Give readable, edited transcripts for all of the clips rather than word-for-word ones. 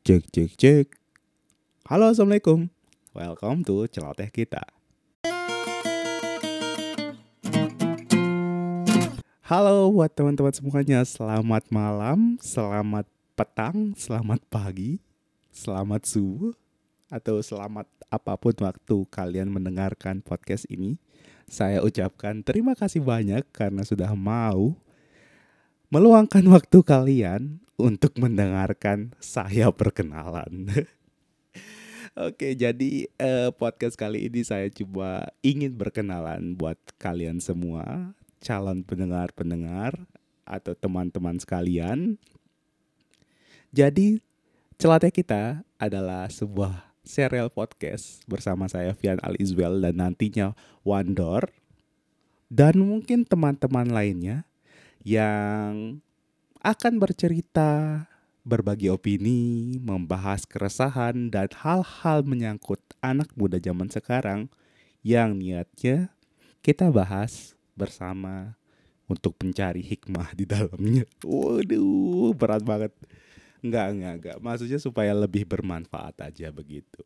Cek cek cek. Halo, assalamualaikum. Welcome to celoteh kita. Halo buat teman-teman semuanya. Selamat malam, selamat petang, selamat pagi, selamat subuh, atau selamat apapun waktu kalian mendengarkan podcast ini. Saya ucapkan terima kasih banyak karena sudah mau meluangkan waktu kalian untuk mendengarkan saya perkenalan. Oke, jadi podcast kali ini saya coba ingin berkenalan buat kalian semua, calon pendengar-pendengar atau teman-teman sekalian. Jadi, celoteh kita adalah sebuah serial podcast bersama saya Fian Alizwel dan nantinya Wandor dan mungkin teman-teman lainnya yang akan bercerita, berbagi opini, membahas keresahan dan hal-hal menyangkut anak muda zaman sekarang yang niatnya kita bahas bersama untuk mencari hikmah di dalamnya. Waduh, berat banget. Enggak. Maksudnya supaya lebih bermanfaat aja begitu.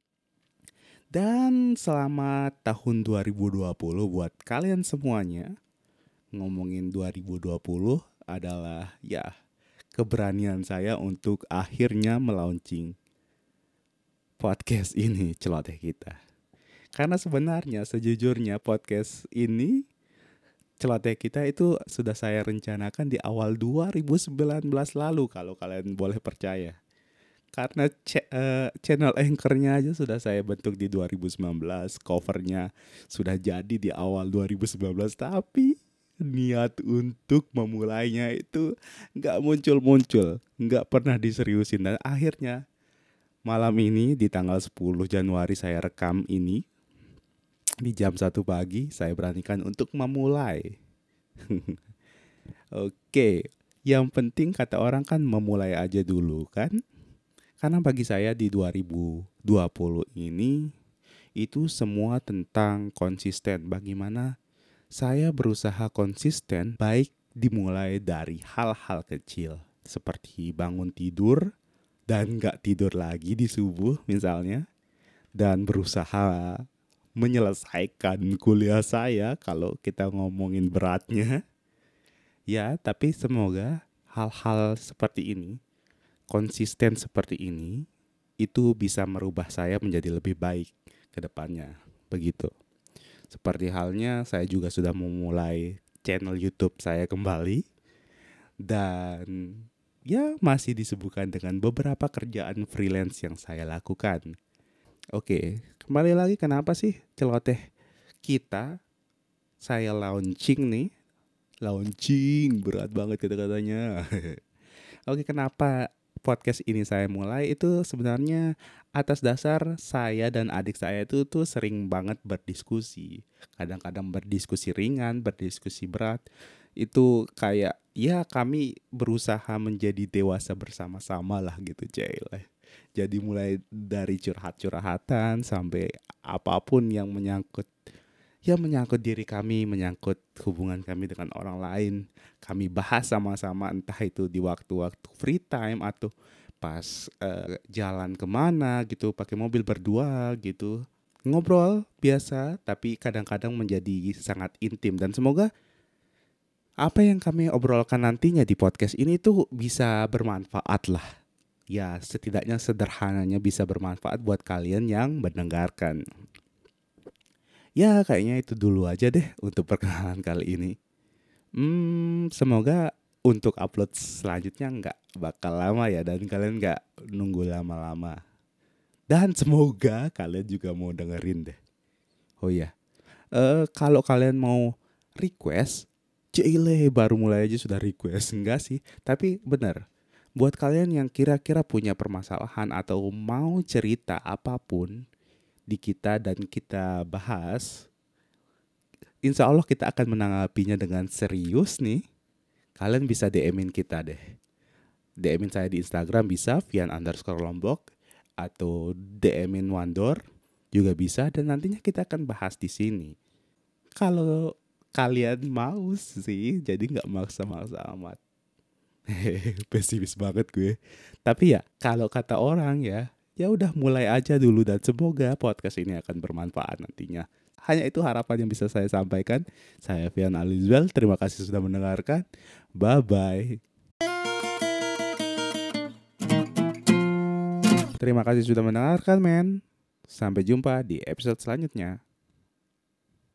Dan selamat tahun 2020 buat kalian semuanya. Ngomongin 2020 adalah ya keberanian saya untuk akhirnya melaunching podcast ini, celoteh kita. Karena sebenarnya sejujurnya podcast ini, celoteh kita itu sudah saya rencanakan di awal 2019 lalu kalau kalian boleh percaya. Karena channel anchornya aja sudah saya bentuk di 2019, covernya sudah jadi di awal 2019, tapi niat untuk memulainya itu nggak muncul-muncul, nggak pernah diseriusin. Dan akhirnya malam ini di tanggal 10 Januari saya rekam ini di jam 1 pagi saya beranikan untuk memulai. Oke, yang penting kata orang kan memulai aja dulu kan. Karena bagi saya di 2020 ini itu semua tentang konsisten. Bagaimana saya berusaha konsisten baik dimulai dari hal-hal kecil seperti bangun tidur dan gak tidur lagi di subuh misalnya, dan berusaha menyelesaikan kuliah saya kalau kita ngomongin beratnya. Ya, tapi semoga hal-hal seperti ini, konsisten seperti ini, itu bisa merubah saya menjadi lebih baik ke depannya. Begitu. Seperti halnya saya juga sudah memulai channel YouTube saya kembali. Dan ya masih disibukkan dengan beberapa kerjaan freelance yang saya lakukan. Oke, kembali lagi kenapa sih celoteh kita saya launching nih. Launching, berat banget kata-katanya. Oke, kenapa podcast ini saya mulai itu sebenarnya atas dasar saya dan adik saya itu tuh sering banget berdiskusi. Kadang-kadang berdiskusi ringan, berdiskusi berat. Itu kayak ya kami berusaha menjadi dewasa bersama-sama lah gitu, Cile. Jadi mulai dari curhat-curhatan sampai apapun yang menyangkut diri kami, menyangkut hubungan kami dengan orang lain. Kami bahas sama-sama entah itu di waktu-waktu free time atau pas jalan kemana gitu, pakai mobil berdua gitu. Ngobrol biasa tapi kadang-kadang menjadi sangat intim dan semoga apa yang kami obrolkan nantinya di podcast ini tuh bisa bermanfaat lah. Ya setidaknya sederhananya bisa bermanfaat buat kalian yang mendengarkan. Ya kayaknya itu dulu aja deh untuk perkenalan kali ini. Semoga untuk upload selanjutnya nggak bakal lama ya dan kalian nggak nunggu lama-lama. Dan semoga kalian juga mau dengerin deh. Oh iya, kalau kalian mau request, Cile baru mulai aja sudah request. Enggak sih, tapi benar. Buat kalian yang kira-kira punya permasalahan atau mau cerita apapun di kita dan kita bahas, insya Allah kita akan menanggapinya dengan serius nih. Kalian bisa DM-in kita deh. DM-in saya di Instagram bisa Vian_Lombok atau DM-in Wandor juga bisa dan nantinya kita akan bahas di sini. Kalau kalian mau sih, jadi nggak maksa-maksa amat. Pesimis banget gue. Tapi ya kalau kata orang ya, ya udah mulai aja dulu dan semoga podcast ini akan bermanfaat nantinya. Hanya itu harapan yang bisa saya sampaikan. Saya Fian Alizwell, terima kasih sudah mendengarkan. Bye bye. Terima kasih sudah mendengarkan, men. Sampai jumpa di episode selanjutnya.